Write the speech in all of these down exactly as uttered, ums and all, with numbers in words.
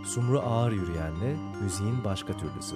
Sumru Ağır Yürüyen'le müziğin başka türlüsü.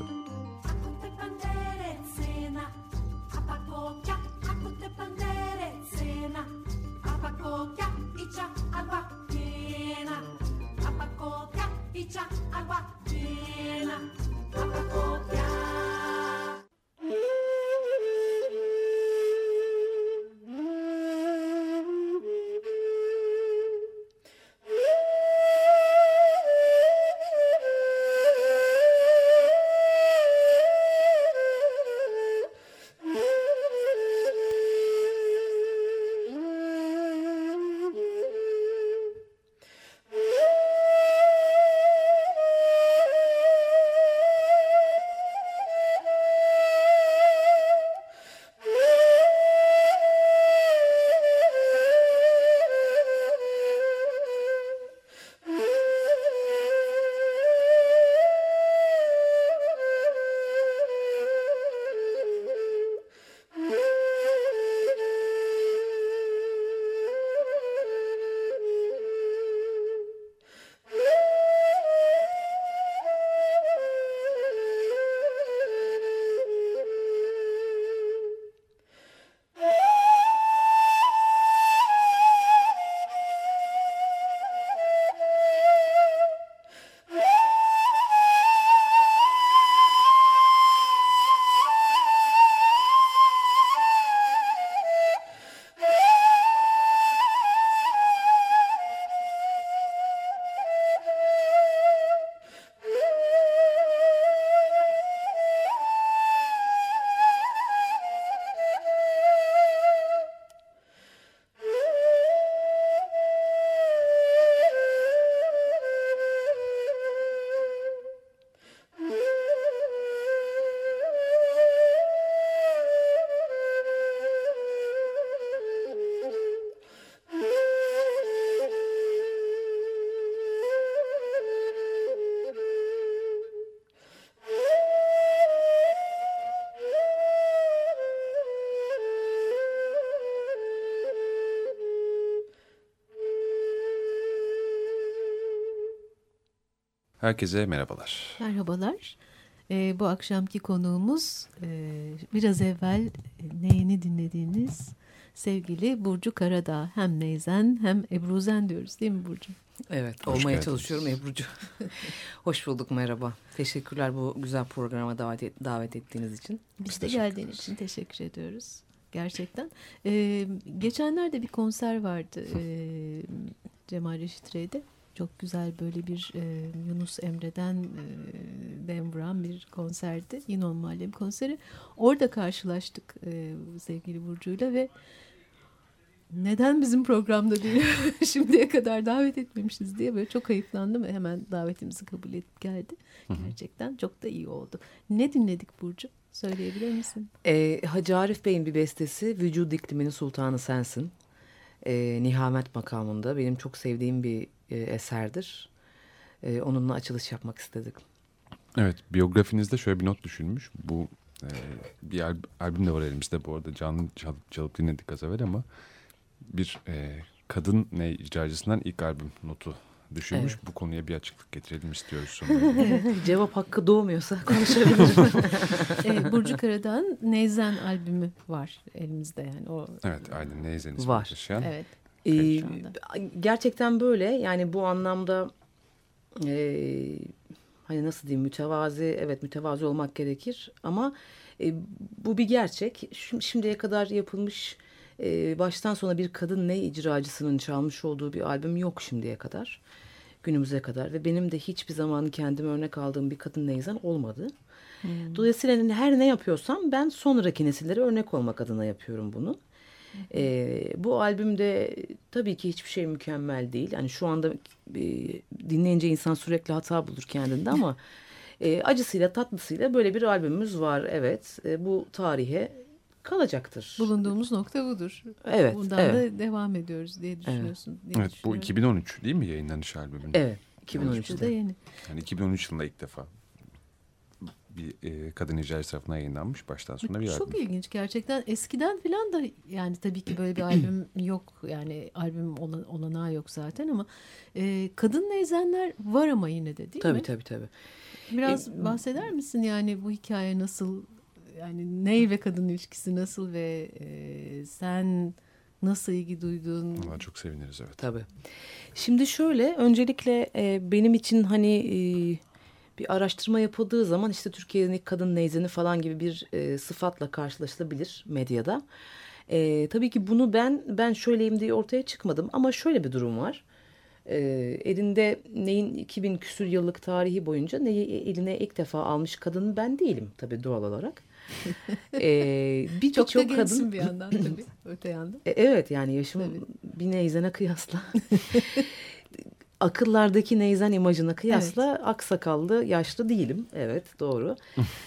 Herkese merhabalar. Merhabalar. Ee, bu akşamki konuğumuz e, biraz evvel neyini dinlediğiniz sevgili Burcu Karadağ. Hem neyzen hem Ebruzen diyoruz değil mi Burcu? Evet, Hoş olmaya geldiniz. çalışıyorum Ebru'cu. Hoş bulduk, merhaba. Teşekkürler bu güzel programa davet, et, davet ettiğiniz için. Biz de geldiğin için teşekkür ediyoruz. Gerçekten. Ee, geçenlerde bir konser vardı ee, Cemal Reşit Rey'de. Çok güzel böyle bir e, Yunus Emre'den e, dem vuran bir konserdi. Yine on Mahallem konseri. Orada karşılaştık e, sevgili Burcu'yla ve neden bizim programda değil şimdiye kadar davet etmemişiz diye böyle çok ayıplandım ve hemen davetimizi kabul edip geldi. Gerçekten çok da iyi oldu. Ne dinledik Burcu? Söyleyebilir misin? Ee, Hacı Arif Bey'in bir bestesi Vücud İkliminin Sultanı Sensin. Ee, Nihamet makamında benim çok sevdiğim bir e, eserdir. Ee, onunla açılış yapmak istedik. Evet, biyografinizde şöyle bir not düşülmüş. Bu e, bir al- albüm de var elimizde bu arada. Canlı çalıp, çalıp dinledik az evvel ama bir e, kadın ney icracısından ilk albüm notu düşülmüş. Evet. Bu konuya bir açıklık getirelim istiyoruz sonunda. Evet, cevap hakkı doğmuyorsa konuşabilirim. e, Burcu Karadağ'ın Neyzen albümü var elimizde yani. O Evet, Aydın Neyzen'i var. taşıyan. Evet. Ee, gerçekten böyle yani bu anlamda e, hani nasıl diyeyim mütevazi evet mütevazi olmak gerekir ama e, bu bir gerçek. Şimdiye kadar yapılmış e, baştan sona bir kadın ney icracısının çalmış olduğu bir albüm yok şimdiye kadar günümüze kadar ve benim de hiçbir zaman kendime örnek aldığım bir kadın neyzen olmadı. Hmm. Dolayısıyla her ne yapıyorsam ben sonraki nesillere örnek olmak adına yapıyorum bunu. Ee, bu albümde tabii ki hiçbir şey mükemmel değil. Yani şu anda e, dinleyince insan sürekli hata bulur kendinde ama e, acısıyla tatlısıyla böyle bir albümümüz var. Evet, e, bu tarihe kalacaktır. Bulunduğumuz nokta budur. Evet. Bundan evet. da devam ediyoruz diye düşünüyorsun. Evet, evet bu iki bin on üç değil mi yayınlanış albümünün? Evet, iki bin on üçte. yeni. Yani iki bin on üç yılında ilk defa bir e, kadın icracı tarafından yayınlanmış baştan sona bir albüm. Çok ilginç gerçekten. Eskiden falan da yani tabii ki böyle bir albüm yok. Yani albüm olan, olanağı yok zaten ama e, kadın neyzenler var ama yine de değil tabii, mi? Tabii tabii. Biraz E, bahseder misin yani bu hikaye nasıl, yani ney ve kadın ilişkisi nasıl ve e, sen nasıl ilgi duydun? Vallahi çok seviniriz, evet. Tabii. Şimdi şöyle, öncelikle e, benim için hani e, bir araştırma yapıldığı zaman işte Türkiye'nin ilk kadın neyzeni falan gibi bir e, sıfatla karşılaşılabilir medyada. E, tabii ki bunu ben ben şöyleyim diye ortaya çıkmadım ama şöyle bir durum var. E, elinde neyin iki bin küsür yıllık tarihi boyunca neyi eline ilk defa almış kadın ben değilim tabii doğal olarak. ee, bir çok çok da kadın bir yandan tabii öte yandan. E, evet yani yaşım Tabii. bir neyzene kıyasla akıllardaki neyzen imajına kıyasla evet. Aksakallı yaşlı değilim. Evet doğru.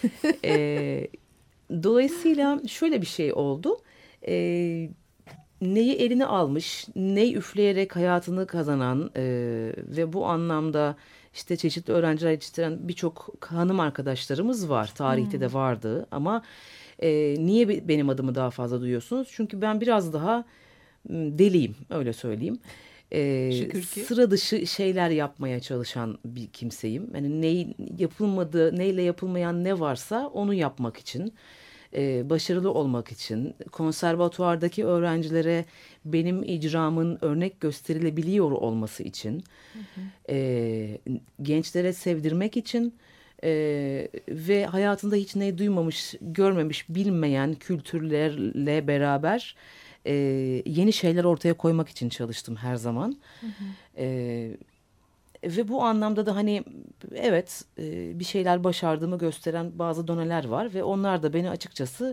ee, dolayısıyla şöyle bir şey oldu. Ee, neyi eline almış, ney üfleyerek hayatını kazanan e, ve bu anlamda işte çeşitli öğrenciler yetiştiren birçok hanım arkadaşlarımız var. Tarihte hmm. de vardı ama e, niye benim adımı daha fazla duyuyorsunuz? Çünkü ben biraz daha deliyim, öyle söyleyeyim. E, Şükür ki. Sıra dışı şeyler yapmaya çalışan bir kimseyim. Yani ney yapılmadığı, neyle yapılmayan ne varsa onu yapmak için, e, başarılı olmak için, konservatuvardaki öğrencilere benim icramın örnek gösterilebiliyor olması için, hı hı. E, gençlere sevdirmek için e, ve hayatında hiç ne duymamış, görmemiş, bilmeyen kültürlerle beraber e, yeni şeyler ortaya koymak için çalıştım her zaman. Hı hı. E, ve bu anlamda da hani evet e, bir şeyler başardığımı gösteren bazı doneler var ve onlar da beni açıkçası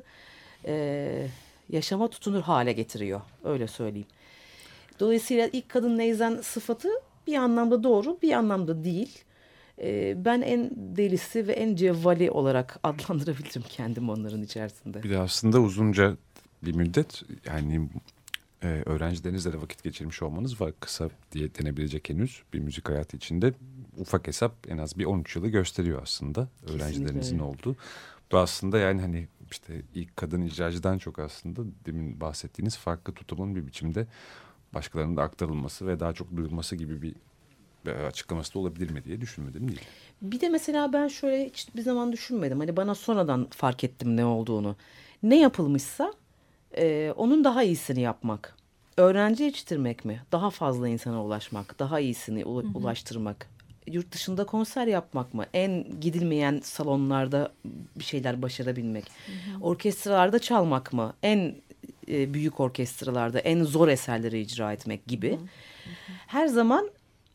e, yaşama tutunur hale getiriyor, öyle söyleyeyim. Dolayısıyla ilk kadın neyzen sıfatı bir anlamda doğru, bir anlamda değil. E, ben en delisi ve en cevvali olarak adlandırabilirim kendimi onların içerisinde. Bir de aslında uzunca bir müddet yani e, öğrencilerinizle de vakit geçirmiş olmanız var. Kısa diye denebilecek henüz bir müzik hayatı içinde ufak hesap en az bir on üç yılı gösteriyor aslında. Kesinlikle. Öğrencilerinizin olduğu. Bu aslında yani hani işte ilk kadın icracıdan çok aslında demin bahsettiğiniz farklı tutumun bir biçimde başkalarının da aktarılması ve daha çok duyulması gibi bir, bir açıklaması da olabilir mi diye düşünmedim değil. Bir de mesela ben şöyle hiçbir zaman düşünmedim. Hani bana sonradan fark ettim ne olduğunu. Ne yapılmışsa e, onun daha iyisini yapmak. Öğrenci yetiştirmek mi? Daha fazla insana ulaşmak, daha iyisini u- ulaştırmak. Yurt dışında konser yapmak mı? En gidilmeyen salonlarda bir şeyler başarabilmek. Hı hı. Orkestralarda çalmak mı? En e, büyük orkestralarda en zor eserleri icra etmek gibi. Hı hı. Her zaman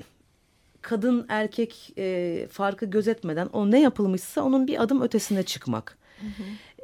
kadın erkek e, farkı gözetmeden o ne yapılmışsa onun bir adım ötesine çıkmak. Hı hı.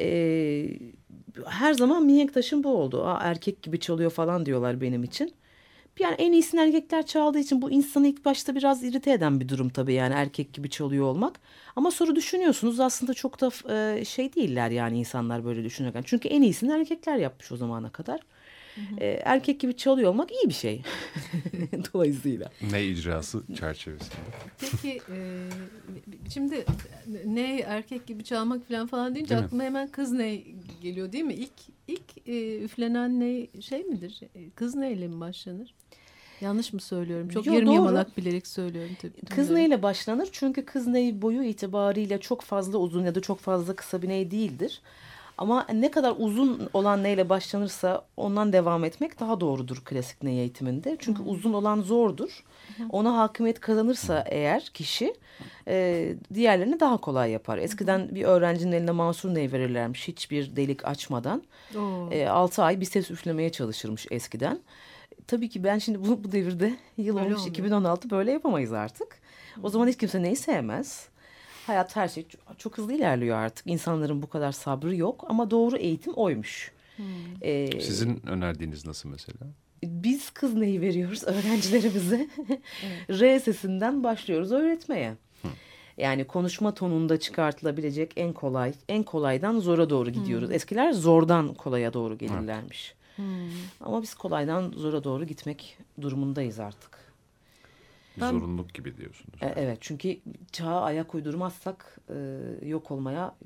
E, her zaman mihenk taşım bu oldu. Aa, erkek gibi çalıyor falan diyorlar benim için. Yani en iyisini erkekler çaldığı için bu insanı ilk başta biraz irite eden bir durum tabii yani erkek gibi çalıyor olmak. Ama sonra düşünüyorsunuz aslında çok da e, şey değiller yani insanlar böyle düşünürken. Çünkü en iyisini erkekler yapmış o zamana kadar. Hı hı. E, erkek gibi çalıyor olmak iyi bir şey. Dolayısıyla. Ne icrası çerçevesinde. Peki e, şimdi ne erkek gibi çalmak falan falan deyince değil aklıma mi? Hemen kız ne geliyor değil mi? İlk ilk e, üflenen ne şey midir? Kız neyle mi başlanır? Yanlış mı söylüyorum? Çok Yo, yarım doğru. yamalak bilerek söylüyorum tabii. Kız neyle başlanır? Çünkü kız ney boyu itibariyle çok fazla uzun ya da çok fazla kısa bir ney değildir. Ama ne kadar uzun olan neyle başlanırsa ondan devam etmek daha doğrudur klasik ney eğitiminde. Çünkü hmm. uzun olan zordur. Hmm. Ona hakimiyet kazanırsa eğer kişi e, diğerlerini daha kolay yapar. Eskiden hmm. bir öğrencinin eline mahsur ney verirlermiş hiçbir delik açmadan. E, altı ay bir ses üflemeye çalışırmış eskiden. Tabii ki ben şimdi bu, bu devirde yıl olmuş iki bin on altı böyle yapamayız artık. O zaman hiç kimse neyi sevmez. Hayat her şey çok, çok hızlı ilerliyor artık. İnsanların bu kadar sabrı yok ama doğru eğitim oymuş. Hmm. Ee, Sizin önerdiğiniz nasıl mesela? Biz kız neyi veriyoruz öğrencilerimize? Evet. R sesinden başlıyoruz öğretmeye. Hmm. Yani konuşma tonunda çıkartılabilecek en kolay, en kolaydan zora doğru gidiyoruz. Hmm. Eskiler zordan kolaya doğru gelirlermiş. Hmm. Ama biz kolaydan zora doğru gitmek durumundayız artık. Bir Ben- zorunluluk gibi diyorsunuz. E, evet, çünkü çağa ayak uydurmazsak e, yok olmaya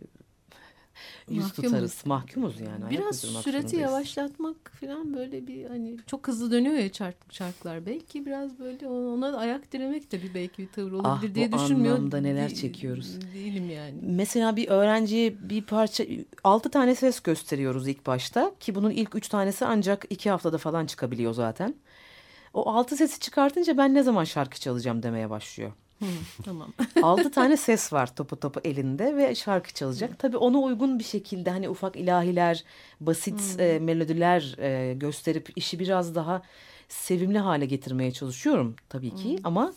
yüz Mahkumuz. tutarız. Mahkumuz yani. Ayak Biraz uydurmak süreti zorundayız. yavaşlatmak falan böyle bir hani çok hızlı dönüyor ya çark, çarklar. Belki biraz böyle ona ayak diremek de bir belki bir tavır olabilir Ah, diye bu düşünmüyor. anlamda neler de- çekiyoruz. Değilim yani. Mesela bir öğrenciye bir parça, altı tane ses gösteriyoruz ilk başta ki bunun ilk üç tanesi ancak iki haftada falan çıkabiliyor zaten. O altı sesi çıkartınca ben ne zaman şarkı çalacağım demeye başlıyor. Hı, tamam. Altı tane ses var topu topu elinde ve şarkı çalacak. Tabii ona uygun bir şekilde hani ufak ilahiler, basit e, melodiler e, gösterip işi biraz daha sevimli hale getirmeye çalışıyorum tabii ki. Ama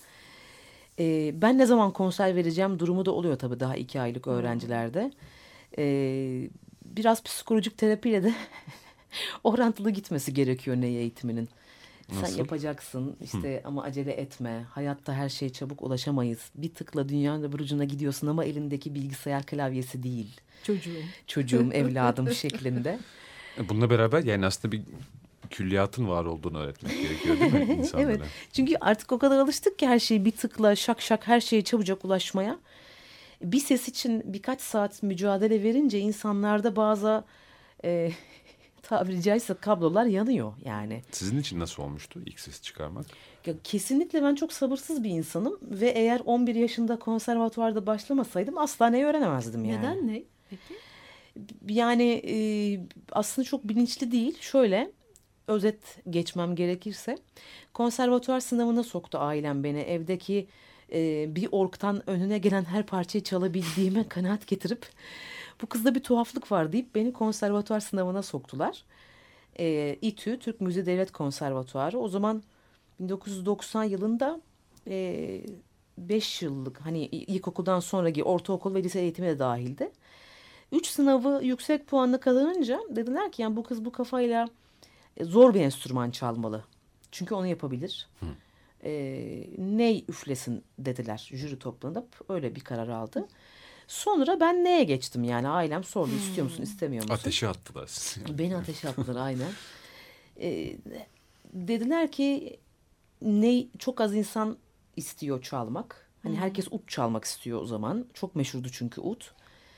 e, ben ne zaman konser vereceğim durumu da oluyor tabii daha iki aylık öğrencilerde. E, biraz psikolojik terapiyle de orantılı gitmesi gerekiyor ney eğitiminin. Sen Nasıl? yapacaksın işte ama acele etme. Hayatta her şeye çabuk ulaşamayız. Bir tıkla dünyanın öbür ucuna gidiyorsun ama elindeki bilgisayar klavyesi değil. Çocuğum. Çocuğum, evladım şeklinde. Bununla beraber yani aslında bir külliyatın var olduğunu öğretmek gerekiyor değil mi insanlara? Evet. Çünkü artık o kadar alıştık ki her şeyi bir tıkla şak şak her şeye çabucak ulaşmaya. Bir ses için birkaç saat mücadele verince insanlarda bazı e, tabiri caizse kablolar yanıyor yani. Sizin için nasıl olmuştu ilk ses çıkarmak? Ya kesinlikle ben çok sabırsız bir insanım ve eğer on bir yaşında konservatuvarda başlamasaydım asla neyi öğrenemezdim yani. Neden ne? Peki. Yani e, aslında çok bilinçli değil. Şöyle özet geçmem gerekirse konservatuvar sınavına soktu ailem beni. Evdeki e, bir orktan önüne gelen her parçayı çalabildiğime kanaat getirip bu kızda bir tuhaflık var deyip beni konservatuvar sınavına soktular. E, İTÜ, Türk Müziği Devlet Konservatuvarı. O zaman bin dokuz yüz doksan yılında e, beş yıllık hani ilkokuldan sonraki ortaokul ve lise eğitimi de dahildi. Üç sınavı yüksek puanla kazanınca dediler ki yani bu kız bu kafayla zor bir enstrüman çalmalı. Çünkü onu yapabilir. Hı. E, ney üflesin dediler. Jüri toplanıp öyle bir karar aldı. Sonra ben neye geçtim yani ailem sordu Hmm. istiyor musun istemiyor musun? Ateşe attılar sizi. Beni ateşe attılar aynen. E, dediler ki ney çok az insan istiyor çalmak. Hani herkes ut çalmak istiyor o zaman. Çok meşhurdu çünkü ut.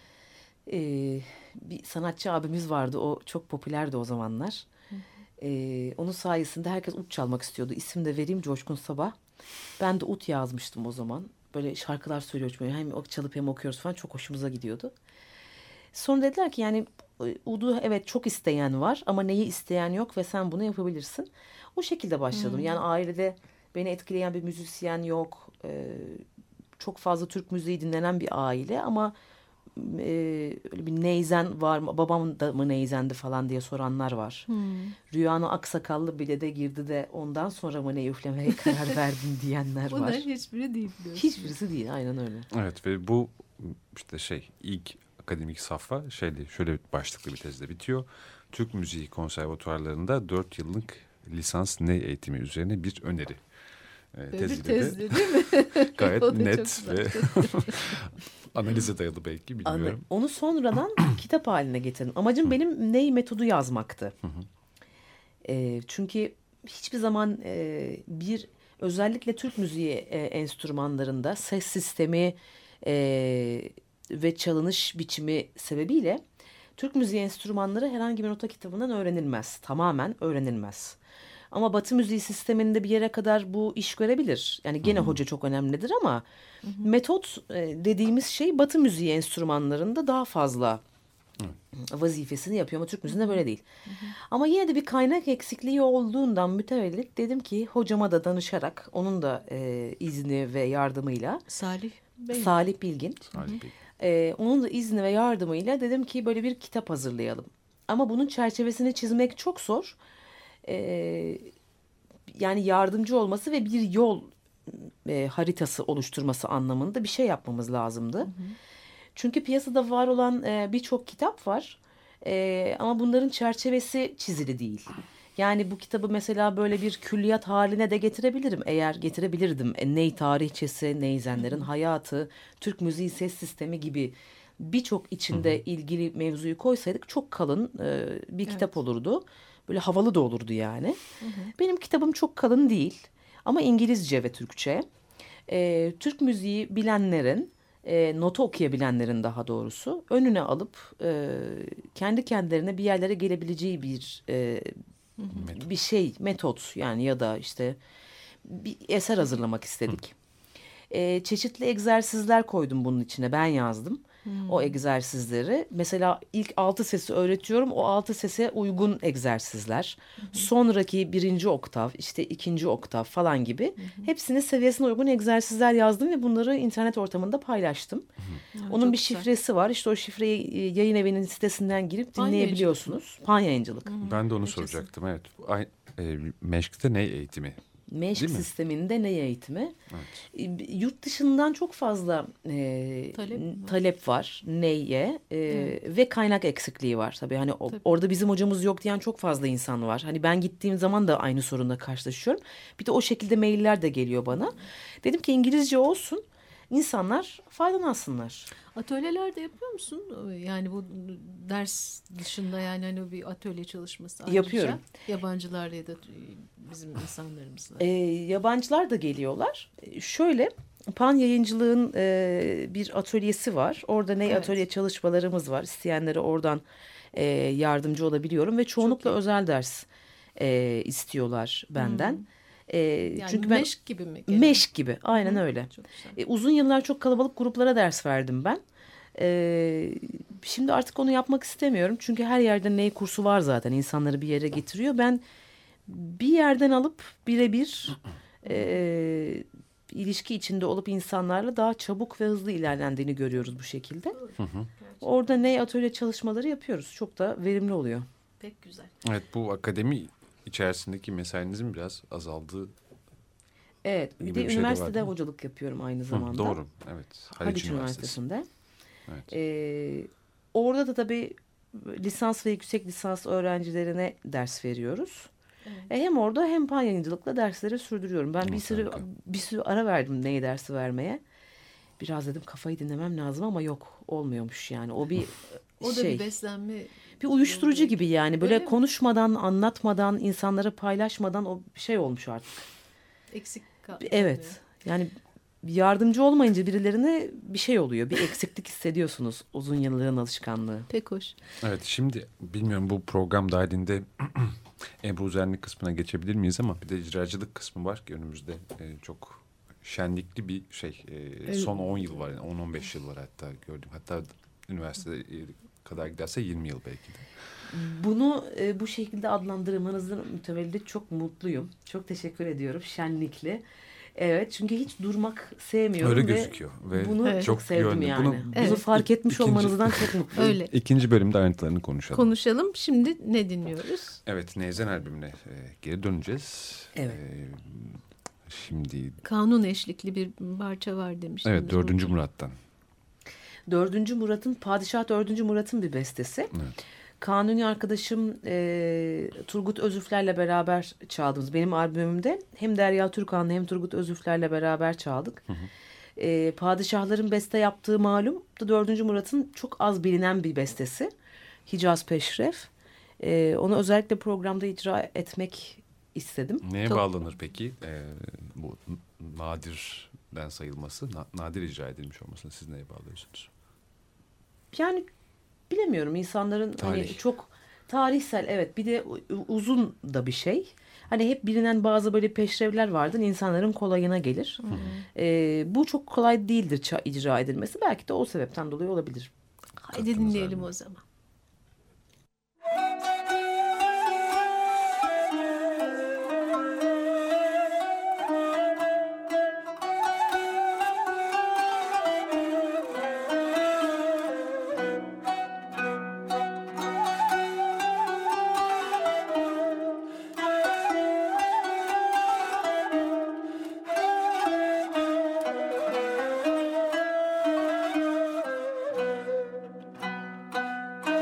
Ee, bir sanatçı abimiz vardı. O çok popülerdi o zamanlar. Ee, onun sayesinde herkes ut çalmak istiyordu. İsim de vereyim Coşkun Sabah. Ben de ut yazmıştım o zaman. Böyle şarkılar söylüyoruz. Böyle hem çalıp hem okuyoruz falan. Çok hoşumuza gidiyordu. Sonra dediler ki yani udu evet çok isteyen var ama neyi isteyen yok ve sen bunu yapabilirsin. O şekilde başladım. Yani ailede beni etkileyen bir müzisyen yok. Ee, çok fazla Türk müziği dinlenen bir aile ama e, öyle bir neyzen var mı? Babam da mı neyzendi falan diye soranlar var. Hmm. Rüyanı aksakallı bile de girdi de ondan sonra mı ne üflemeye karar verdin diyenler var. Bunların hiçbiri değil diyorsun. Hiçbirisi değil aynen öyle. Evet ve bu işte şey ilk akademik safha şeydi şöyle başlıklı bir tezde bitiyor. Türk müziği konservatuarlarında dört yıllık lisans ney eğitimi üzerine bir öneri. Ee, Böyle bir teziyle de tezli değil mi? gayet O da çok net güzel. ve analize dayalı belki bilmiyorum. Anladım. Onu sonradan kitap haline getirdim. Amacım benim ney metodu yazmaktı. E, çünkü hiçbir zaman e, bir özellikle Türk müziği e, enstrümanlarında ses sistemi e, ve çalınış biçimi sebebiyle Türk müziği enstrümanları herhangi bir nota kitabından öğrenilmez. Tamamen öğrenilmez. Ama Batı müziği sisteminde bir yere kadar bu iş görebilir. Yani gene hoca çok önemlidir ama metot e, dediğimiz şey Batı müziği enstrümanlarında daha fazla vazifesini yapıyor ama Türk müziğinde böyle değil. Ama yine de bir kaynak eksikliği olduğundan mütevellit dedim ki hocama da danışarak onun da e, izni ve yardımıyla Salih Bey. Salih Bilgin Salih Bey. e, onun da izni ve yardımıyla dedim ki böyle bir kitap hazırlayalım. Ama bunun çerçevesini çizmek çok zor. E, yani yardımcı olması ve bir yol e, haritası oluşturması anlamında bir şey yapmamız lazımdı. Hı hı. Çünkü piyasada var olan e, birçok kitap var e, ama bunların çerçevesi çizili değil. Yani bu kitabı mesela böyle bir külliyat haline de getirebilirim. Eğer getirebilirdim. E, ney tarihçesi, neyzenlerin hayatı, Türk müziği ses sistemi gibi birçok içinde ilgili mevzuyu koysaydık çok kalın e, bir kitap Evet. olurdu. Böyle havalı da olurdu yani. Hı hı. Benim kitabım çok kalın değil ama İngilizce ve Türkçe. e, Türk müziği bilenlerin, e, nota okuyabilenlerin daha doğrusu önüne alıp e, kendi kendilerine bir yerlere gelebileceği bir e, Metot. bir şey, metot yani ya da işte bir eser hazırlamak istedik. E, çeşitli egzersizler koydum bunun içine, ben yazdım. Hmm. O egzersizleri. Mesela ilk altı sesi öğretiyorum. O altı sese uygun egzersizler. Hı hı. Sonraki birinci oktav, işte ikinci oktav falan gibi. Hı hı. Hepsinin seviyesine uygun egzersizler yazdım ve bunları internet ortamında paylaştım. Hı hı. Onun bir güzel. şifresi var. İşte o şifreyi yayın evinin sitesinden girip Pan dinleyebiliyorsunuz. Pan yayıncılık. Hı hı. Ben de onu Yaşasın. soracaktım. Evet. Ay, e, Meşk'te ney eğitimi? Meşk sisteminde ney eğitimi. Evet. Yurt dışından çok fazla e, talep, var. talep var neye e, evet. ve kaynak eksikliği var. Tabii hani o, Tabii. orada bizim hocamız yok diyen çok fazla insan var. Hani ben gittiğim zaman da aynı sorunla karşılaşıyorum. Bir de o şekilde mailler de geliyor bana. Dedim ki İngilizce olsun, insanlar faydalansınlar. Atölyeler de yapıyor musun? Yani bu ders dışında, yani hani bir atölye çalışması ayrıca. Yapıyorum. Yabancılarla ya da bizim insanlarımızla. E, yabancılar da geliyorlar. E, şöyle Pan Yayıncılığın e, bir atölyesi var. Orada ney evet. atölye çalışmalarımız var. İsteyenlere oradan e, yardımcı olabiliyorum ve çoğunlukla özel ders e, istiyorlar benden. Hmm. E, yani çünkü ben meşk gibi mi? Genel? Meşk gibi, aynen Hı. öyle. E, uzun yıllar çok kalabalık gruplara ders verdim ben. E, şimdi artık onu yapmak istemiyorum. Çünkü her yerde ney kursu var zaten. İnsanları bir yere getiriyor. Ben bir yerden alıp birebir e, ilişki içinde olup insanlarla daha çabuk ve hızlı ilerlendiğini görüyoruz bu şekilde. Hı hı. Orada ney atölye çalışmaları yapıyoruz. Çok da verimli oluyor. Pek güzel. Evet, bu akademi içerisindeki mesainizin biraz azaldığı. Evet, bir de bir üniversitede var, hocalık yapıyorum aynı zamanda. Hı, doğru, evet. Haliç, Haliç Üniversitesi'nde. Evet. Ee, orada da tabii lisans ve yüksek lisans öğrencilerine ders veriyoruz. Evet. E, hem orada hem pan yayıncılıkla dersleri sürdürüyorum. Ben bir sürü bir sürü ara verdim ney dersi vermeye. Biraz dedim kafayı dinlemem lazım ama yok, olmuyormuş yani. O bir o şey. da bir beslenme. Bir uyuşturucu oluyor gibi yani. Böyle Öyle konuşmadan, mi? anlatmadan, insanlara paylaşmadan o şey olmuş artık. Eksik kalıyor. Evet. Yani yardımcı olmayınca birilerine bir şey oluyor. Bir eksiklik hissediyorsunuz, uzun yılların alışkanlığı. Pek hoş. Evet, şimdi bilmiyorum bu program dahilinde Ebru Üzerlik kısmına geçebilir miyiz ama bir de icracılık kısmı var ki önümüzde e, çok şenlikli bir şey. E, evet. Son on yıl var, yani on on beş yıl var hatta gördüm. Hatta üniversitede kadar giderse yirmi yıl belki de. Bunu e, bu şekilde adlandırmanızdan mütevellit çok mutluyum. Çok teşekkür ediyorum. Şenlikli. Evet, çünkü hiç durmak sevmiyorum. Öyle ve gözüküyor. Ve bunu evet. çok sevdim yönlü. yani. Bunu, evet. bunu fark etmiş ikinci, olmanızdan çok mutluyum. Öyle. İkinci bölümde ayrıntılarını konuşalım. Konuşalım. Şimdi ne dinliyoruz? Evet, Neyzen albümüne e, geri döneceğiz. Evet. E, şimdi... Kanun eşlikli bir parça var demiştiniz. Evet, Dördüncü Murat'tan. Dördüncü Murat'ın, Padişah Dördüncü Murat'ın bir bestesi. Evet. Kanuni arkadaşım e, Turgut Özüfler'le beraber çaldığımız benim albümümde hem Derya Türkan'la hem Turgut Özüfler'le beraber çaldık. Hı hı. E, padişahların beste yaptığı malum. Dördüncü Murat'ın çok az bilinen bir bestesi. Hicaz Peşref. E, onu özellikle programda icra etmek istedim. Neye çok... bağlanır peki e, bu nadirden sayılması, na, nadir icra edilmiş olmasına siz neye bağlıyorsunuz? Yani bilemiyorum, insanların Tarih. hani çok tarihsel, evet, bir de uzun da bir şey. Hani hep bilinen bazı böyle peşrevler vardır, insanların kolayına gelir. Hı hı. Ee, bu çok kolay değildir icra edilmesi. Belki de o sebepten dolayı olabilir. Haydi dinleyelim o zaman. Thank you.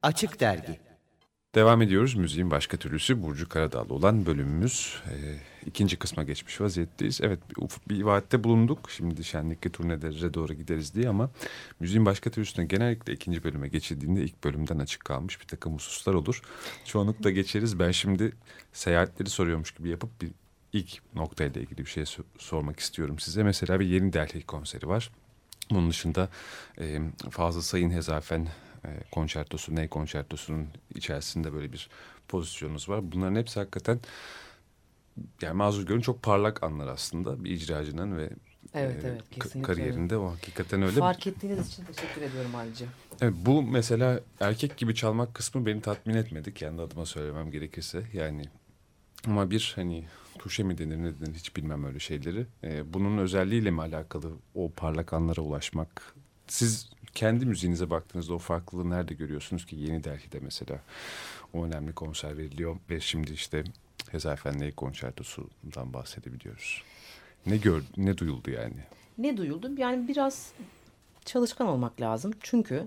Açık Dergi. Devam ediyoruz. Müziğin başka türlüsü Burcu Karadağlı olan bölümümüz. E, ikinci kısma geçmiş vaziyetteyiz. Evet, bir, ufak bir vaatte bulunduk. Şimdi şenlikli turnelere doğru gideriz diye, ama müziğin başka türlüsüne genellikle ikinci bölüme geçildiğinde ilk bölümden açık kalmış bir takım hususlar olur. Çoğunlukla geçeriz. Ben şimdi seyahatleri soruyormuş gibi yapıp bir ilk noktayla ilgili bir şey so- sormak istiyorum size. Mesela bir Yeni Delhi konseri var. Bunun dışında e, Fazıl Say'ın Hezafen e, konçertosu, Ney konçertosunun içerisinde böyle bir pozisyonunuz var. Bunların hepsi hakikaten, yani mazur görün, çok parlak anlar aslında bir icracının ve Evet, e, evet, kesinlikle kariyerinde o hakikaten öyle. Fark ettiğiniz için teşekkür ediyorum ayrıca. Evet, bu mesela erkek gibi çalmak kısmı beni tatmin etmedi, kendi adıma söylemem gerekirse. Yani ama bir hani tuşe mi denir ne denir hiç bilmem öyle şeyleri. Ee, bunun özelliğiyle mi alakalı o parlak anlara ulaşmak? Siz kendi müziğinize baktığınızda o farklılığı nerede görüyorsunuz ki? Yeni Delhi'de mesela o önemli konser veriliyor ve şimdi işte Hezafen Ney konçertosundan bahsedebiliyoruz. Ne gör, ne duyuldu yani? Ne duyuldu? Yani biraz çalışkan olmak lazım. Çünkü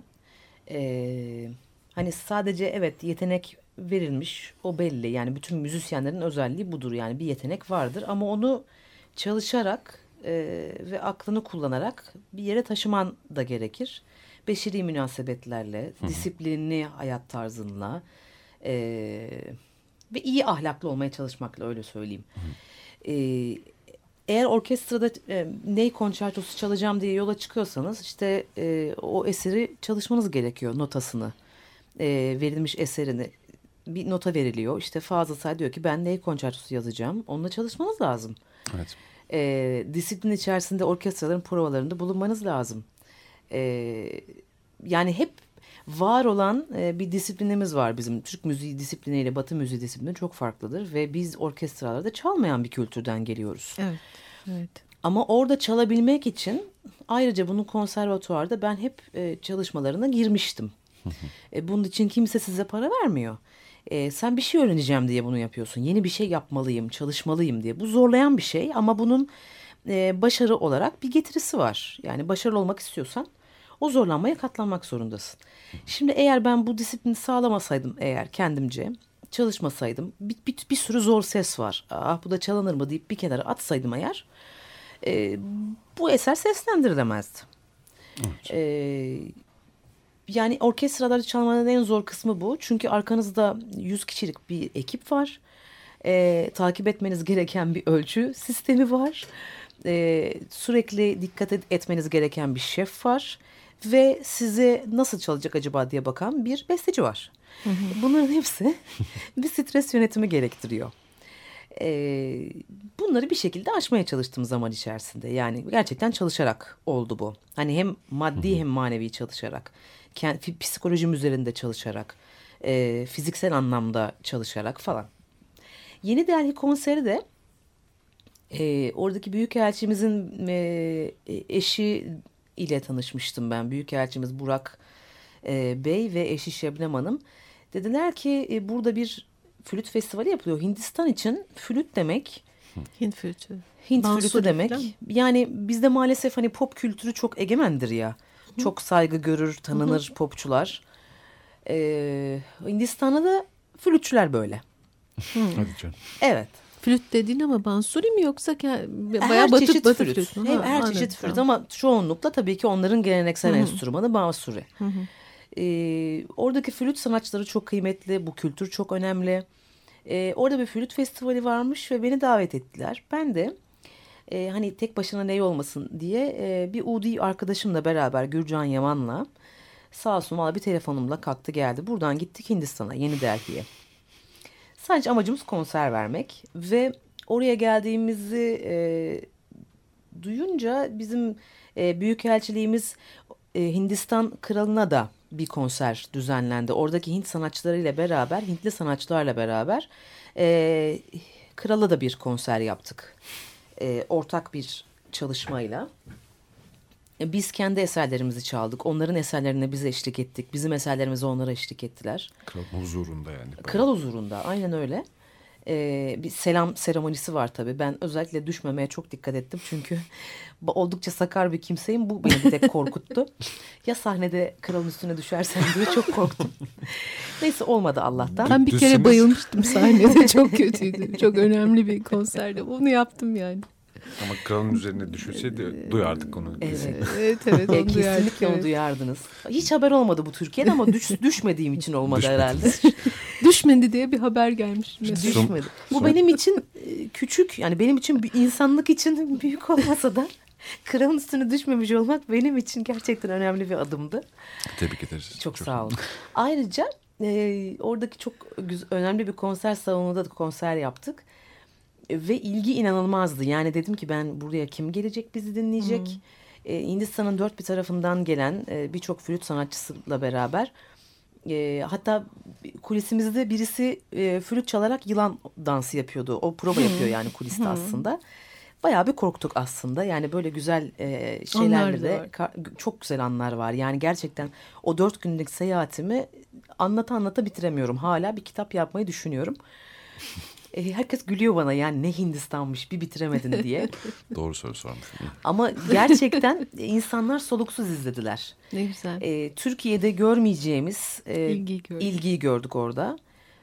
e, hani sadece evet yetenek verilmiş, o belli. Yani bütün müzisyenlerin özelliği budur. Yani bir yetenek vardır ama onu çalışarak e, ve aklını kullanarak bir yere taşıman da gerekir. Beşeri münasebetlerle, Hı hı. disiplinli hayat tarzınla e, ve iyi ahlaklı olmaya çalışmakla, öyle söyleyeyim. E, Eğer orkestrada e, Ney konçertosu çalacağım diye yola çıkıyorsanız işte e, o eseri çalışmanız gerekiyor, notasını. E, verilmiş eserini bir nota veriliyor. İşte Fazıl Say diyor ki ben Ney konçertosu yazacağım. Onunla çalışmanız lazım. Evet. E, disiplin içerisinde orkestraların provalarında bulunmanız lazım. E, yani hep var olan e, bir disiplinimiz var bizim. Türk müziği disipliniyle Batı müziği disiplini çok farklıdır ve biz orkestralarda çalmayan bir kültürden geliyoruz. Evet, evet. Ama orada çalabilmek için ayrıca bunun konservatuvarda ben hep e, çalışmalarına girmiştim. e, bunun için kimse size para vermiyor. E, sen bir şey öğreneceğim diye bunu yapıyorsun. Yeni bir şey yapmalıyım, çalışmalıyım diye. Bu zorlayan bir şey ama bunun e, başarı olarak bir getirisi var. Yani başarılı olmak istiyorsan o zorlanmaya katlanmak zorundasın. Şimdi eğer ben bu disiplini sağlamasaydım, eğer kendimce çalışmasaydım, bir, bir, bir sürü zor ses var. Ah bu da çalınır mı deyip bir kenara atsaydım eğer, e, bu eser seslendirilemezdi. Evet. E, yani orkestralarda çalmanın en zor kısmı bu. Çünkü arkanızda yüz kişilik bir ekip var. E, takip etmeniz gereken bir ölçü sistemi var. E, sürekli dikkat et, etmeniz gereken bir şef var. Ve size nasıl çalacak acaba diye bakan bir besteci var. Hı hı. Bunların hepsi bir stres yönetimi gerektiriyor. Ee, bunları bir şekilde aşmaya çalıştığım zaman içerisinde. Yani gerçekten çalışarak oldu bu. Hani hem maddi Hı hı. hem manevi çalışarak. Kendi, psikolojim üzerinde çalışarak. E, fiziksel anlamda çalışarak falan. Yeni Delhi konseri de e, oradaki büyükelçimizin e, eşi ile tanışmıştım ben. Büyükelçimiz Burak e, Bey ve eşi Şebnem Hanım. Dediler ki e, burada bir flüt festivali yapılıyor. Hindistan için flüt demek, Hint flütü. Hint Bansuri flütü demek. falan. Yani bizde maalesef hani pop kültürü çok egemendir ya. Hı. Çok saygı görür, tanınır. Hı hı. Popçular. Ee, Hindistan'da da flütçüler böyle. Hı. Hadi canım. Evet. Flüt dediğin ama bansuri mi yoksa ke- bayağı Her batı, çeşit batı flüt. flüt mü? Her, Ha, her anladım, çeşit flüt tamam. ama çoğunlukla tabii ki onların geleneksel Hı hı. enstrümanı bansuri. Hı hı. Ee, oradaki flüt sanatçıları çok kıymetli. Bu kültür çok önemli. Ee, orada bir flüt festivali varmış ve beni davet ettiler. Ben de e, hani tek başına ne olmasın diye e, bir Udi arkadaşımla beraber Gürcan Yaman'la sağ olsun valla bir telefonumla kalktı geldi. Buradan gittik Hindistan'a, Yeni Delhi'ye. Sadece amacımız konser vermek ve oraya geldiğimizi e, duyunca bizim e, büyükelçiliğimiz e, Hindistan kralına da bir konser düzenlendi. Oradaki Hint sanatçılarıyla beraber, Hintli sanatçılarla beraber e, krala da bir konser yaptık. E, ortak bir çalışmayla. E, biz kendi eserlerimizi çaldık. Onların eserlerine biz eşlik ettik. Bizim eserlerimize onlara eşlik ettiler. Kral huzurunda yani. Kral huzurunda, aynen öyle. Ee, bir selam seremonisi var tabii. Ben özellikle düşmemeye çok dikkat ettim. Çünkü oldukça sakar bir kimseyim. Bu beni bir tek korkuttu. Ya sahnede kralın üstüne düşersem diye çok korktum. Neyse olmadı Allah'tan. Ben bir Düşseniz... kere bayılmıştım sahnede. Çok kötüydü. Çok önemli bir konserde. Bunu yaptım yani. Ama kralın üzerine düşürseydi duyardık onu. Evet. Evet evet. E, Onu duyardık, kesinlikle evet. onu duyardınız. Hiç haber olmadı bu Türkiye'de ama düş, düşmediğim için olmadı herhalde. Düşmedi diye bir haber gelmiş. Düşmedi. Son- Bu son- benim için e, küçük, yani benim için bir insanlık için büyük olmasa da kralın üstüne düşmemiş olmak benim için gerçekten önemli bir adımdı. Tebrik ederiz. Çok, çok sağ olun. Ayrıca e, oradaki çok güzel, önemli bir konser salonunda da konser yaptık. E, ve ilgi inanılmazdı. Yani dedim ki ben buraya kim gelecek bizi dinleyecek? Hmm. E, Hindistan'ın dört bir tarafından gelen e, birçok flüt sanatçısıyla beraber... E, hatta kulisimizde birisi e, flüt çalarak yılan dansı yapıyordu. O prova yapıyor yani kuliste hmm. aslında. Bayağı bir korktuk aslında. Yani böyle güzel e, şeylerle de çok güzel anlar var. Yani gerçekten o dört günlük seyahatimi anlata anlata bitiremiyorum. Hala bir kitap yapmayı düşünüyorum. E, herkes gülüyor bana yani ne Hindistan'mış bir bitiremedin diye. Doğru soru sormuşum. Ama gerçekten insanlar soluksuz izlediler. Ne güzel. E, Türkiye'de görmeyeceğimiz e, ilgiyi, gördük. ilgiyi gördük orada.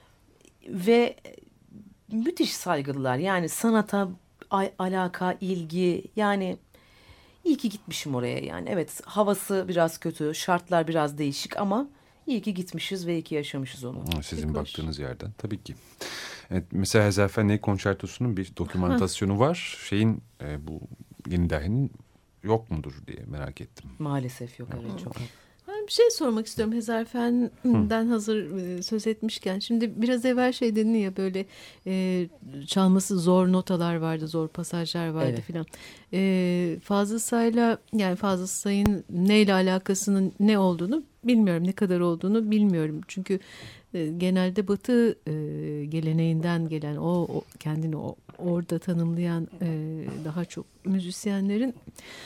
Ve müthiş saygılılar. Yani sanata alaka, ilgi, yani iyi ki gitmişim oraya yani. Evet, havası biraz kötü, şartlar biraz değişik ama iyi ki gitmişiz ve iyi ki yaşamışız onu. Sizin Peki, baktığınız hoş. Yerden tabii ki. Evet, mesela Hezarfen Ney Konçertosu'nun bir dokümantasyonu var. Şeyin e, bu Yeni Dahi'nin yok mudur diye merak ettim. Maalesef yok, evet, çok. Ben bir şey sormak istiyorum Hezarfen'den hazır söz etmişken. Şimdi biraz evvel şey dedin ya böyle e, çalması zor notalar vardı, zor pasajlar vardı evet. filan. E, Fazıl Say'la yani Fazıl Say'ın neyle alakasının ne olduğunu bilmiyorum, ne kadar olduğunu bilmiyorum. Çünkü e, genelde Batı e, geleneğinden gelen o, o kendini o, orada tanımlayan e, daha çok müzisyenlerin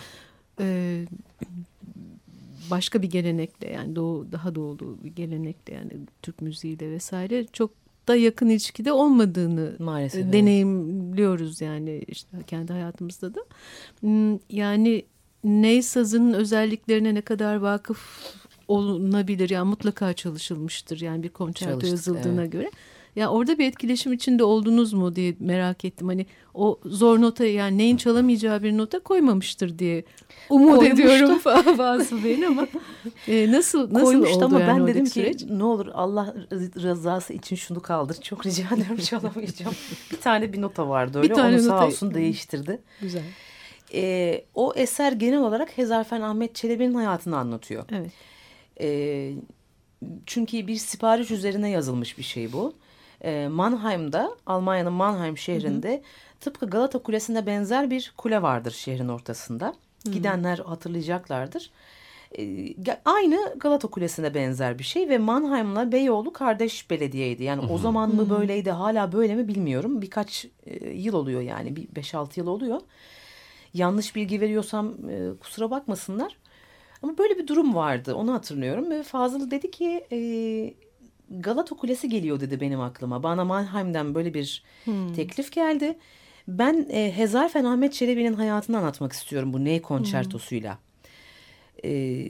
e, başka bir gelenekle yani doğu, daha doğulu bir gelenekle yani Türk müziğiyle vesaire çok da yakın ilişkide olmadığını maalesef deneyimliyoruz yani işte kendi hayatımızda da. Yani ney sazının özelliklerine ne kadar vakıf olunabilir yani mutlaka çalışılmıştır yani bir konçerto yazıldığına evet. göre. Ya orada bir etkileşim içinde oldunuz mu diye merak ettim. Hani o zor notayı yani neyin çalamayacağı bir nota koymamıştır diye umut Koymuştu. ediyorum bazı beyin ama e, nasıl nasıl Koymuştu oldu ama yani ben dedim süreç? ki ne olur Allah rızası için şunu kaldır. Çok rica ederim çalamayacağım. Bir tane bir nota vardı öyle. Bir tane onu sağ notayı... olsun değiştirdi. Güzel. E, o eser genel olarak Hezarfen Ahmet Çelebi'nin hayatını anlatıyor. Evet. E, çünkü bir sipariş üzerine yazılmış bir şey bu. Mannheim'da, Almanya'nın Mannheim şehrinde hı hı. tıpkı Galata Kulesi'ne benzer bir kule vardır şehrin ortasında. Hı hı. Gidenler hatırlayacaklardır. Aynı Galata Kulesi'ne benzer bir şey ve Mannheim'la Beyoğlu kardeş belediyeydi. Yani hı hı. o zaman mı böyleydi, hala böyle mi bilmiyorum. Birkaç yıl oluyor yani, bir beş altı yıl oluyor. Yanlış bilgi veriyorsam kusura bakmasınlar. Ama böyle bir durum vardı, onu hatırlıyorum. Ve Fazıl dedi ki... E, Galata Kulesi geliyor dedi benim aklıma. Bana Mannheim'den böyle bir hmm. teklif geldi. Ben e, Hezarfen Ahmet Çelebi'nin hayatını anlatmak istiyorum bu Ney konçertosuyla. Hmm. E,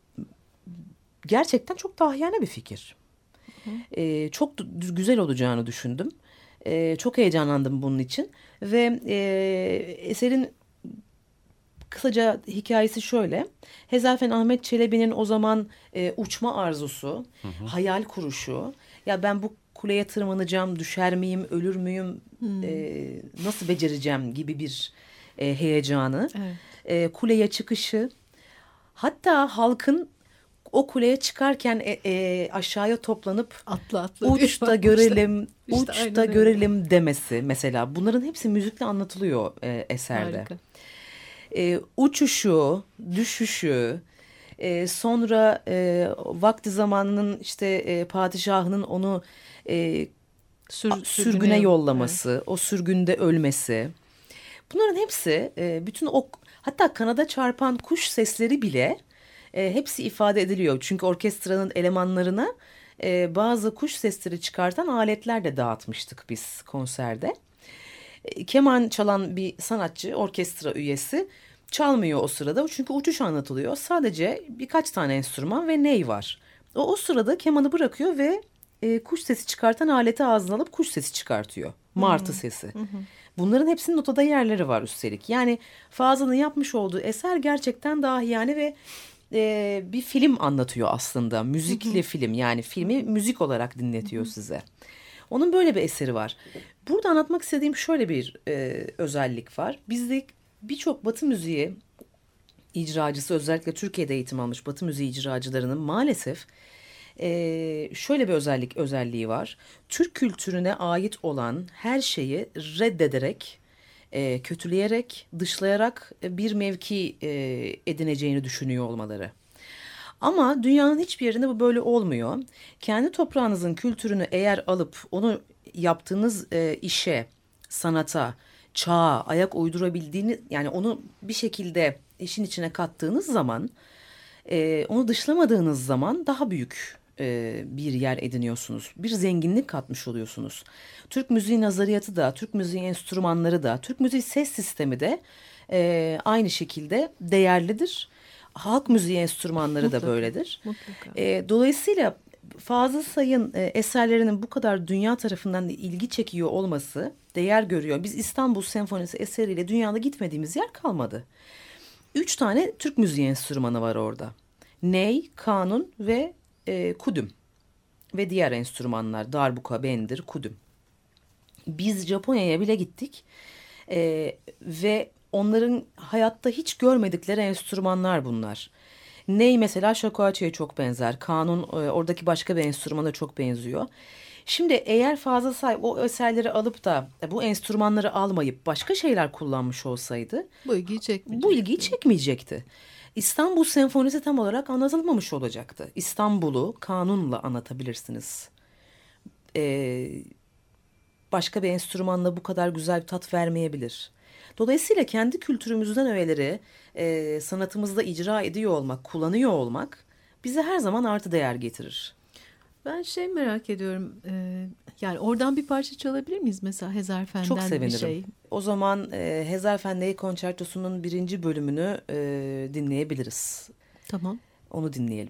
gerçekten çok dahiyane bir fikir. Hmm. E, çok güzel olacağını düşündüm. E, çok heyecanlandım bunun için. Ve e, eserin kısaca hikayesi şöyle. Hezarfen Ahmet Çelebi'nin o zaman e, uçma arzusu, hı hı. hayal kuruşu. Ya ben bu kuleye tırmanacağım, düşer miyim, ölür müyüm, hmm. e, nasıl becereceğim gibi bir e, heyecanı. Evet. E, kuleye çıkışı. Hatta halkın o kuleye çıkarken e, e, aşağıya toplanıp atla, atla uçta görelim, işte, uçta görelim öyle. demesi mesela. Bunların hepsi müzikle anlatılıyor e, eserde. Harika. E, uçuşu, düşüşü, e, sonra e, vakti zamanının işte e, padişahının onu e, Sür, sürgüne, sürgüne yollaması, evet. o sürgünde ölmesi. Bunların hepsi e, bütün o hatta kanada çarpan kuş sesleri bile e, hepsi ifade ediliyor. Çünkü orkestranın elemanlarına e, bazı kuş sesleri çıkartan aletler de dağıtmıştık biz konserde. E, keman çalan bir sanatçı, orkestra üyesi çalmıyor o sırada çünkü uçuş anlatılıyor. Sadece birkaç tane enstrüman ve ney var. O o sırada kemanı bırakıyor ve e, kuş sesi çıkartan aleti ağzına alıp kuş sesi çıkartıyor. Martı hmm. sesi. Hmm. Bunların hepsinin notada yerleri var üstelik. Yani Fazıl'ın yapmış olduğu eser gerçekten dahiyane ve e, bir film anlatıyor aslında. Müzikli film, yani filmi müzik olarak dinletiyor size. Onun böyle bir eseri var. Burada anlatmak istediğim şöyle bir e, özellik var. Bizde birçok Batı müziği icracısı, özellikle Türkiye'de eğitim almış Batı müziği icracılarının maalesef e, şöyle bir özellik özelliği var. Türk kültürüne ait olan her şeyi reddederek, e, kötüleyerek, dışlayarak bir mevki e, edineceğini düşünüyor olmaları. Ama dünyanın hiçbir yerinde bu böyle olmuyor. Kendi toprağınızın kültürünü eğer alıp onu yaptığınız e, işe, sanata, çağa ayak uydurabildiğiniz, yani onu bir şekilde işin içine kattığınız zaman, e, onu dışlamadığınız zaman daha büyük e, bir yer ediniyorsunuz. Bir zenginlik katmış oluyorsunuz. Türk müziği nazariyatı da, Türk müziği enstrümanları da, Türk müziği ses sistemi de e, aynı şekilde değerlidir. Halk müziği enstrümanları mutlaka, da böyledir. E, dolayısıyla Fazıl Say'ın e, eserlerinin bu kadar dünya tarafından ilgi çekiyor olması, değer görüyor. Biz İstanbul Senfonisi eseriyle dünyada gitmediğimiz yer kalmadı. Üç tane Türk müziği enstrümanı var orada. Ney, kanun ve e, kudüm. Ve diğer enstrümanlar, darbuka, bendir, kudüm. Biz Japonya'ya bile gittik. E, ve onların hayatta hiç görmedikleri enstrümanlar bunlar. Ney mesela shakuhachi'ye çok benzer. Kanun e, oradaki başka bir enstrümana çok benziyor. Şimdi eğer Fazıl Say o eserleri alıp da e, bu enstrümanları almayıp başka şeyler kullanmış olsaydı bu ilgiyi çekmeyecekti. Bu ilgiyi çekmeyecekti. İstanbul Senfonisi tam olarak anlatılmamış olacaktı. İstanbul'u kanunla anlatabilirsiniz. Ee, başka bir enstrümanla bu kadar güzel bir tat vermeyebilir. Dolayısıyla kendi kültürümüzden öğeleri e, sanatımızda icra ediyor olmak, kullanıyor olmak bize her zaman artı değer getirir. Ben şey merak ediyorum, e, yani oradan bir parça çalabilir miyiz mesela Hezarfen'den Çok sevinirim. bir şey? O zaman e, Hezarfen Ney Konçertosu'nun birinci bölümünü e, dinleyebiliriz. Tamam. Onu dinleyelim.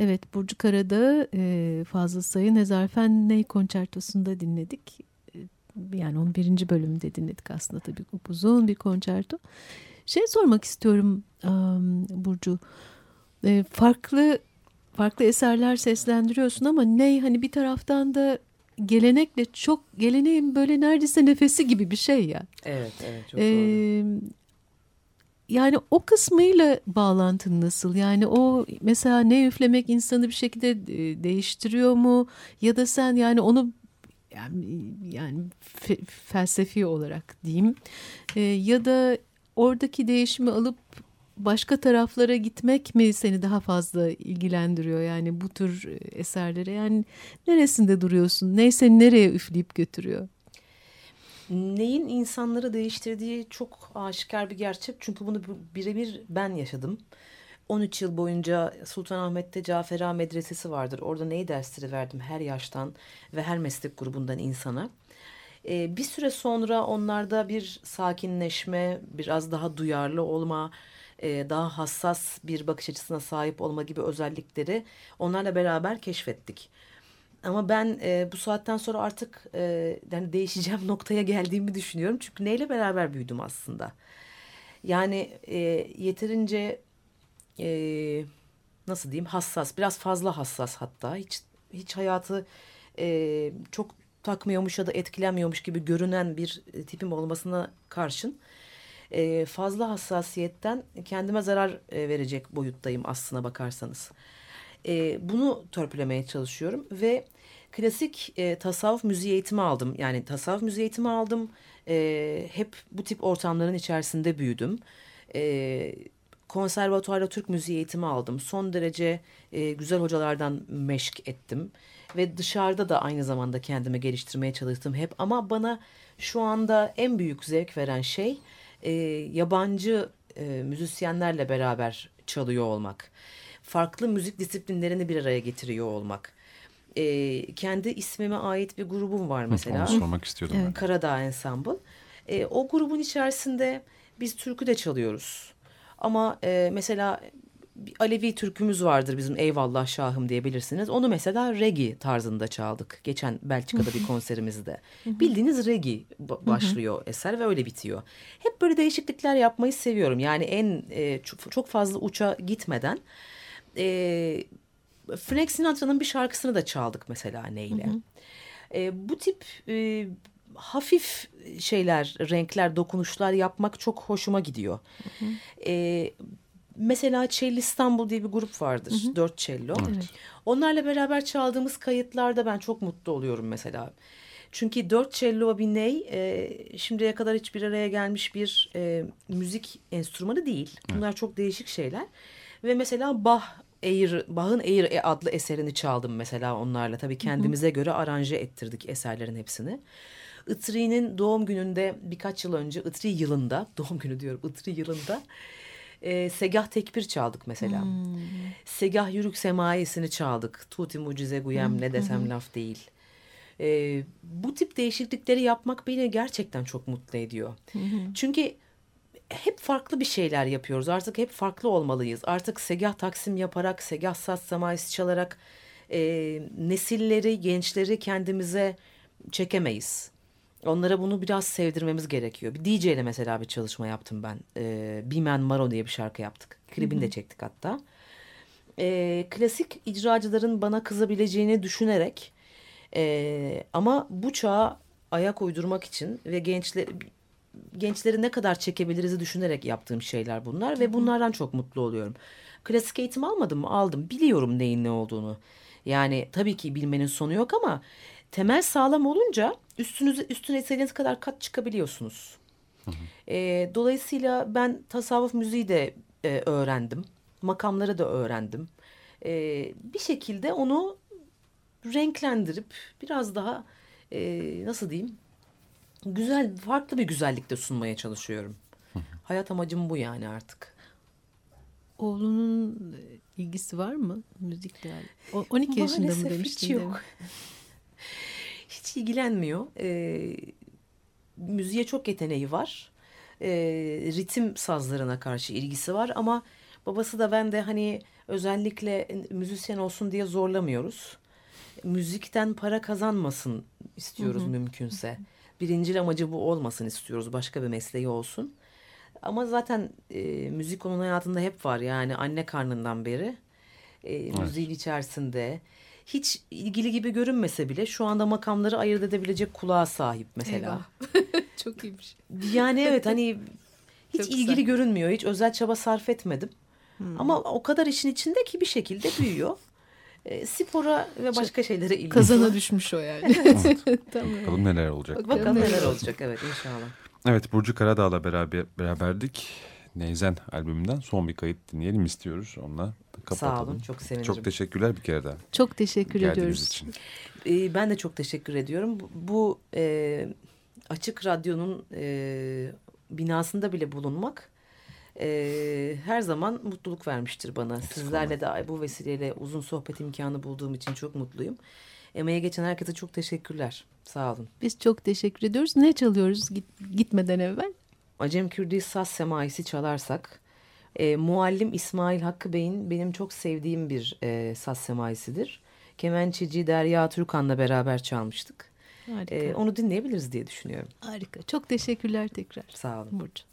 Evet, Burcu Karadağ'ı e, Fazıl Say'ın Hezarfen Ney konçertosunda dinledik. E, yani onun birinci bölümünde dinledik aslında, tabii uzun bir konçerto. Şey sormak istiyorum um, Burcu. E, farklı farklı eserler seslendiriyorsun ama Ney hani bir taraftan da gelenekle çok, geleneğin böyle neredeyse nefesi gibi bir şey ya. Evet, evet, çok Ee, doğru. Yani o kısmıyla bağlantın nasıl? Yani o mesela ne üflemek insanı bir şekilde e, değiştiriyor mu? Ya da sen yani onu yani, yani fe, felsefi olarak diyeyim e, ya da oradaki değişimi alıp başka taraflara gitmek mi seni daha fazla ilgilendiriyor? Yani bu tür eserlere yani neresinde duruyorsun? Ney seni nereye üfleyip götürüyor? Neyin insanları değiştirdiği çok aşikar bir gerçek. Çünkü bunu birebir ben yaşadım. on üç yıl boyunca Sultanahmet'te Cafera Medresesi vardır. Orada Ney dersleri verdim her yaştan ve her meslek grubundan insana. Ee, bir süre sonra onlarda bir sakinleşme, biraz daha duyarlı olma, e, daha hassas bir bakış açısına sahip olma gibi özellikleri onlarla beraber keşfettik. Ama ben e, bu saatten sonra artık e, yani değişeceğim noktaya geldiğimi düşünüyorum. Çünkü neyle beraber büyüdüm aslında. Yani e, yeterince e, nasıl diyeyim, hassas, biraz fazla hassas hatta. Hiç hiç hayatı e, çok takmıyormuş ya da etkilenmiyormuş gibi görünen bir e, tipim olmasına karşın e, fazla hassasiyetten kendime zarar e, verecek boyuttayım aslına bakarsanız. E, bunu törpülemeye çalışıyorum ve klasik e, tasavvuf müziği eğitimi aldım. Yani tasavvuf müziği eğitimi aldım. E, hep bu tip ortamların içerisinde büyüdüm. E, konservatuvarda Türk müziği eğitimi aldım. Son derece e, güzel hocalardan meşk ettim. Ve dışarıda da aynı zamanda kendimi geliştirmeye çalıştım hep. Ama bana şu anda en büyük zevk veren şey e, yabancı e, müzisyenlerle beraber çalıyor olmak. Farklı müzik disiplinlerini bir araya getiriyor olmak. E, kendi ismime ait bir grubum var mesela. Onu sormak istiyordum Evet. ben. Karadağ Ensemble. E, o grubun içerisinde biz türkü de çalıyoruz. Ama e, mesela bir Alevi türkümüz vardır bizim, Eyvallah Şahım diye bilirsiniz. Onu mesela reggae tarzında çaldık. Geçen Belçika'da bir konserimizde. Bildiğiniz reggae başlıyor eser ve öyle bitiyor. Hep böyle değişiklikler yapmayı seviyorum. Yani en e, çok, çok fazla uça gitmeden. E, Frank Sinatra'nın bir şarkısını da çaldık mesela neyle. E, bu tip e, hafif şeyler, renkler, dokunuşlar yapmak çok hoşuma gidiyor. Hı hı. E, mesela Cello İstanbul diye bir grup vardır. Hı hı. Dört cello. Evet. Onlarla beraber çaldığımız kayıtlarda ben çok mutlu oluyorum mesela. Çünkü dört cello bir ney e, şimdiye kadar hiçbir araya gelmiş bir e, müzik enstrümanı değil. Bunlar evet. çok değişik şeyler. Ve mesela Bach Air, Bach'ın Air adlı eserini çaldım mesela onlarla. Tabii kendimize hı hı. göre aranje ettirdik eserlerin hepsini. Itri'nin doğum gününde birkaç yıl önce, Itri yılında, doğum günü diyorum, Itri yılında e, Segah Tekbir çaldık mesela. Hmm. Segah Yürük Semai'sini çaldık. Tuti Mucize Guyem hmm. ne desem hmm. laf değil. E, bu tip değişiklikleri yapmak beni gerçekten çok mutlu ediyor. Hmm. Çünkü hep farklı bir şeyler yapıyoruz. Artık hep farklı olmalıyız. Artık segah taksim yaparak, segah saz semaisi çalarak e, nesilleri, gençleri kendimize çekemeyiz. Onlara bunu biraz sevdirmemiz gerekiyor. Bir D J ile mesela bir çalışma yaptım ben. E, Bimen Maro diye bir şarkı yaptık. Klibini de çektik hatta. E, klasik icracıların bana kızabileceğini düşünerek e, ama bu çağa ayak uydurmak için ve gençler... gençleri ne kadar çekebiliriz düşünerek yaptığım şeyler bunlar. Ve bunlardan çok mutlu oluyorum. Klasik eğitim almadım mı? Aldım. Biliyorum neyin ne olduğunu. Yani tabii ki bilmenin sonu yok ama temel sağlam olunca üstünüze, üstüne istediğiniz kadar kat çıkabiliyorsunuz. Hı hı. E, dolayısıyla ben tasavvuf müziği de e, öğrendim. Makamları da öğrendim. E, bir şekilde onu renklendirip biraz daha e, nasıl diyeyim? Güzel, farklı bir güzellikte sunmaya çalışıyorum. Hı hı. Hayat amacım bu yani artık. Oğlunun ilgisi var mı müzikle? on iki yaşında mı demiştin? Hiç yok. Hiç ilgilenmiyor. Ee, müziğe çok yeteneği var. Ee, ritim sazlarına karşı ilgisi var ama Babası da ben de hani özellikle müzisyen olsun diye zorlamıyoruz. Müzikten para kazanmasın istiyoruz Hı hı. mümkünse. Birincil amacı bu olmasın istiyoruz. Başka bir mesleği olsun. Ama zaten e, müzik onun hayatında hep var. Yani anne karnından beri e, müziğin içerisinde. Hiç ilgili gibi görünmese bile şu anda makamları ayırt edebilecek kulağa sahip mesela. Çok iyiymiş. Yani evet hani hiç Çok ilgili güzel. görünmüyor. Hiç özel çaba sarf etmedim. Hmm. Ama o kadar işin içinde ki bir şekilde büyüyor. E, spora ve başka şeylere ilgisi Kazana var. düşmüş o yani. Tamam. Bakalım neler olacak. Bakalım neler olacak, evet, inşallah. Evet, Burcu Karadağ'la beraber beraberdik. Neyzen albümünden son bir kayıt dinleyelim istiyoruz. Onunla kapatalım. Sağ olun, çok sevinirim. Çok teşekkürler bir kere daha. Çok teşekkür Geldiğiniz ediyoruz. için. E, ben de çok teşekkür ediyorum. Bu, bu e, Açık Radyo'nun e, binasında bile bulunmak e, her zaman mutluluk vermiştir bana. Sizlerle de bu vesileyle uzun sohbet imkanı bulduğum için çok mutluyum. Emeğe geçen herkese çok teşekkürler. Sağ olun. Biz çok teşekkür ediyoruz. Ne çalıyoruz git, gitmeden evvel? Acem Kürdi Saz Semaisi çalarsak, e, Muallim İsmail Hakkı Bey'in benim çok sevdiğim bir e, saz semaisidir. Kemençeci Derya Türkan'la beraber çalmıştık. Harika. E, onu dinleyebiliriz diye düşünüyorum. Harika. Çok teşekkürler tekrar. Sağ olun. Burcu.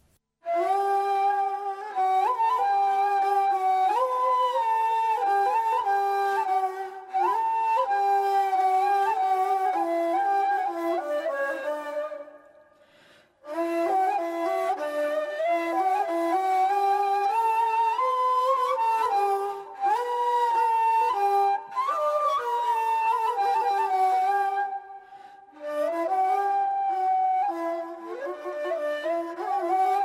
Oh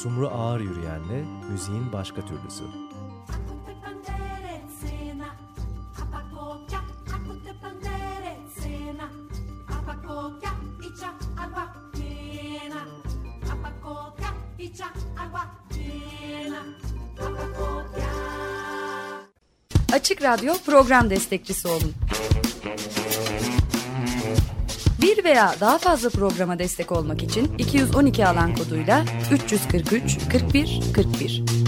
Sumru Ağır Yürüyen'le müziğin başka türlüsü. Açık Radyo program destekçisi olun. Bir veya daha fazla programa destek olmak için iki yüz on iki alan koduyla üç yüz kırk üç kırk bir kırk bir